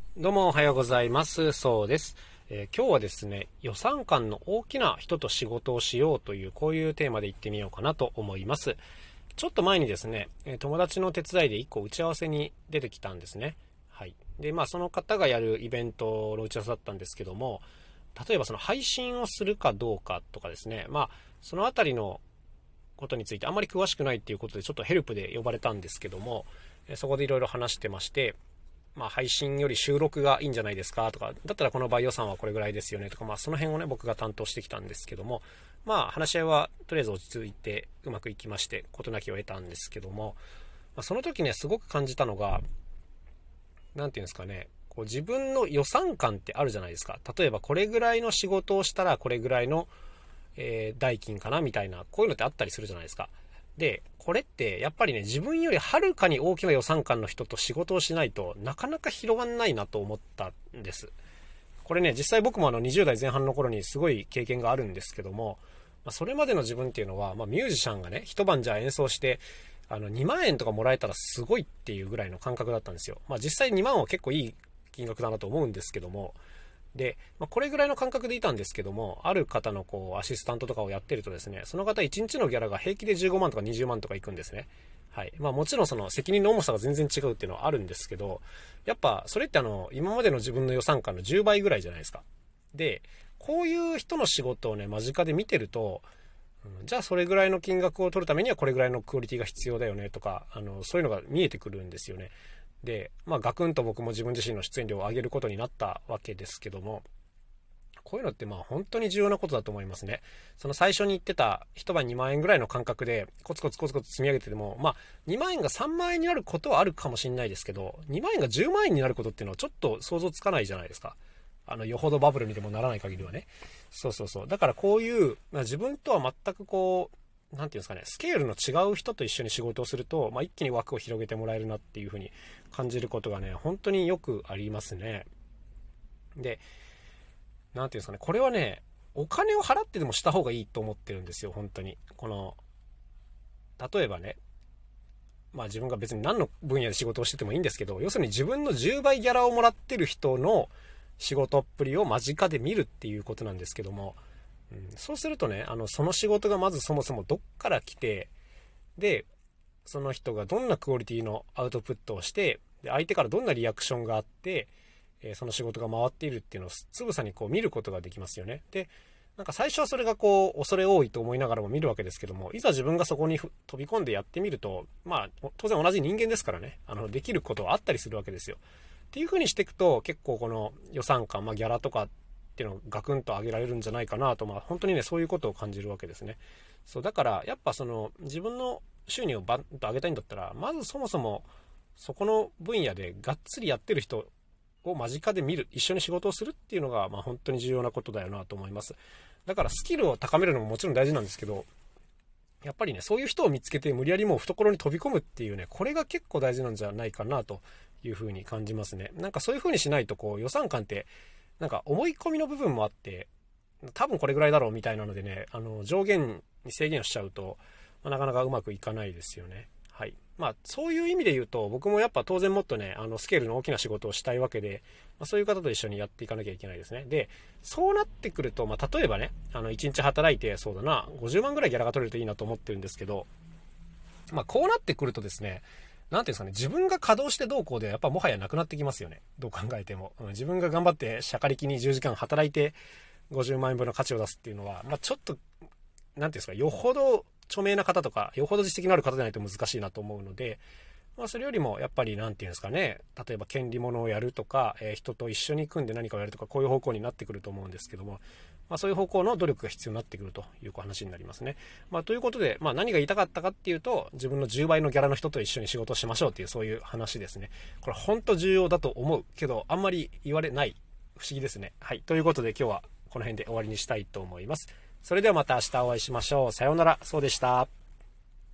どうもおはようございます。そうです。今日はですね、予算感の大きな人と仕事をしようという、こういうテーマでいってみようかなと思います。ちょっと前にですね、友達の手伝いで1個打ち合わせに出てきたんですね。はい。で、その方がやるイベントの打ち合わせだったんですけども、例えばその配信をするかどうかとかですね、そのあたりのことについてあんまり詳しくないっていうことでちょっとヘルプで呼ばれたんですけども、そこでいろいろ話してまして、配信より収録がいいんじゃないですかとか、だったらこの場合予算はこれぐらいですよねとか、その辺をね、僕が担当してきたんですけども、話し合いはとりあえず落ち着いてうまくいきまして、事なきを得たんですけども、その時ね、すごく感じたのが、なんていうんですかね、こう自分の予算感ってあるじゃないですか。例えばこれぐらいの仕事をしたらこれぐらいの、代金かなみたいな、こういうのってあったりするじゃないですか。で、これってやっぱりね、自分よりはるかに大きな予算感の人と仕事をしないとなかなか広がんないなと思ったんです。これね、実際僕も20代前半の頃にすごい経験があるんですけども、それまでの自分っていうのは、ミュージシャンがね、一晩じゃあ演奏して、2万円とかもらえたらすごいっていうぐらいの感覚だったんですよ。実際2万は結構いい金額だなと思うんですけども、で、これぐらいの感覚でいたんですけども、ある方のアシスタントとかをやってるとですね、その方1日のギャラが平気で15万とか20万とかいくんですね。はい。もちろんその責任の重さが全然違うっていうのはあるんですけど、やっぱそれって今までの自分の予算感の10倍ぐらいじゃないですか。で、こういう人の仕事をね、間近で見てると、じゃあそれぐらいの金額を取るためにはこれぐらいのクオリティが必要だよねとか、そういうのが見えてくるんですよね。で、ガクンと僕も自分自身の出演料を上げることになったわけですけども、こういうのって本当に重要なことだと思いますね。その最初に言ってた一晩2万円ぐらいの感覚でコツコツコツコツ積み上げてても、2万円が3万円になることはあるかもしれないですけど、2万円が10万円になることっていうのはちょっと想像つかないじゃないですか。よほどバブルにでもならない限りはね。そうそうそう。だからこういう、自分とは全くなんていうんですかね、スケールの違う人と一緒に仕事をすると、一気に枠を広げてもらえるなっていう風に感じることがね、本当によくありますね。で、なんていうんですかね、これはね、お金を払ってでもした方がいいと思ってるんですよ、本当に。例えばね、自分が別に何の分野で仕事をしててもいいんですけど、要するに自分の10倍ギャラをもらってる人の仕事っぷりを間近で見るっていうことなんですけども、そうするとね、その仕事がまずそもそもどっから来て、で、その人がどんなクオリティのアウトプットをして、で相手からどんなリアクションがあって、その仕事が回っているっていうのをつぶさに見ることができますよね。で、なんか最初はそれが恐れ多いと思いながらも見るわけですけども、いざ自分がそこに飛び込んでやってみると、当然同じ人間ですからね、できることはあったりするわけですよ。っていう風にしていくと、結構この予算感、ギャラとかっていうのをガクンと上げられるんじゃないかなと、本当にね、そういうことを感じるわけですね。そう、だから、やっぱ自分の収入をバンと上げたいんだったら、まずそもそも、そこの分野でがっつりやってる人を間近で見る、一緒に仕事をするっていうのが、本当に重要なことだよなと思います。だからスキルを高めるのももちろん大事なんですけど、やっぱりね、そういう人を見つけて無理やりもう懐に飛び込むっていうね、これが結構大事なんじゃないかなというふうに感じますね。なんかそういうふうにしないと予算感ってなんか思い込みの部分もあって、多分これぐらいだろうみたいなのでね、上限に制限しちゃうと、なかなかうまくいかないですよね。はい。そういう意味で言うと、僕もやっぱ当然もっとね、スケールの大きな仕事をしたいわけで、そういう方と一緒にやっていかなきゃいけないですね。で、そうなってくると、例えばね、1日働いて、そうだな、50万ぐらいギャラが取れるといいなと思ってるんですけど、こうなってくるとですね、なんていうんですかね、自分が稼働してどうこうでやっぱもはやなくなってきますよね。どう考えても。自分が頑張ってしゃかりきに10時間働いて50万円分の価値を出すっていうのは、ちょっと、なんていうんですか、よほど著名な方とか、よほど実績のある方じゃないと難しいなと思うので、それよりもやっぱりなんていうんですかね、例えば権利物をやるとか、人と一緒に組んで何かをやるとか、こういう方向になってくると思うんですけども、そういう方向の努力が必要になってくるという話になりますね。ということで、何が言いたかったかっていうと、自分の10倍のギャラの人と一緒に仕事をしましょうっていう、そういう話ですね。これ本当重要だと思うけど、あんまり言われない。不思議ですね。はい。ということで今日はこの辺で終わりにしたいと思います。それではまた明日お会いしましょう。さようなら。そうでした。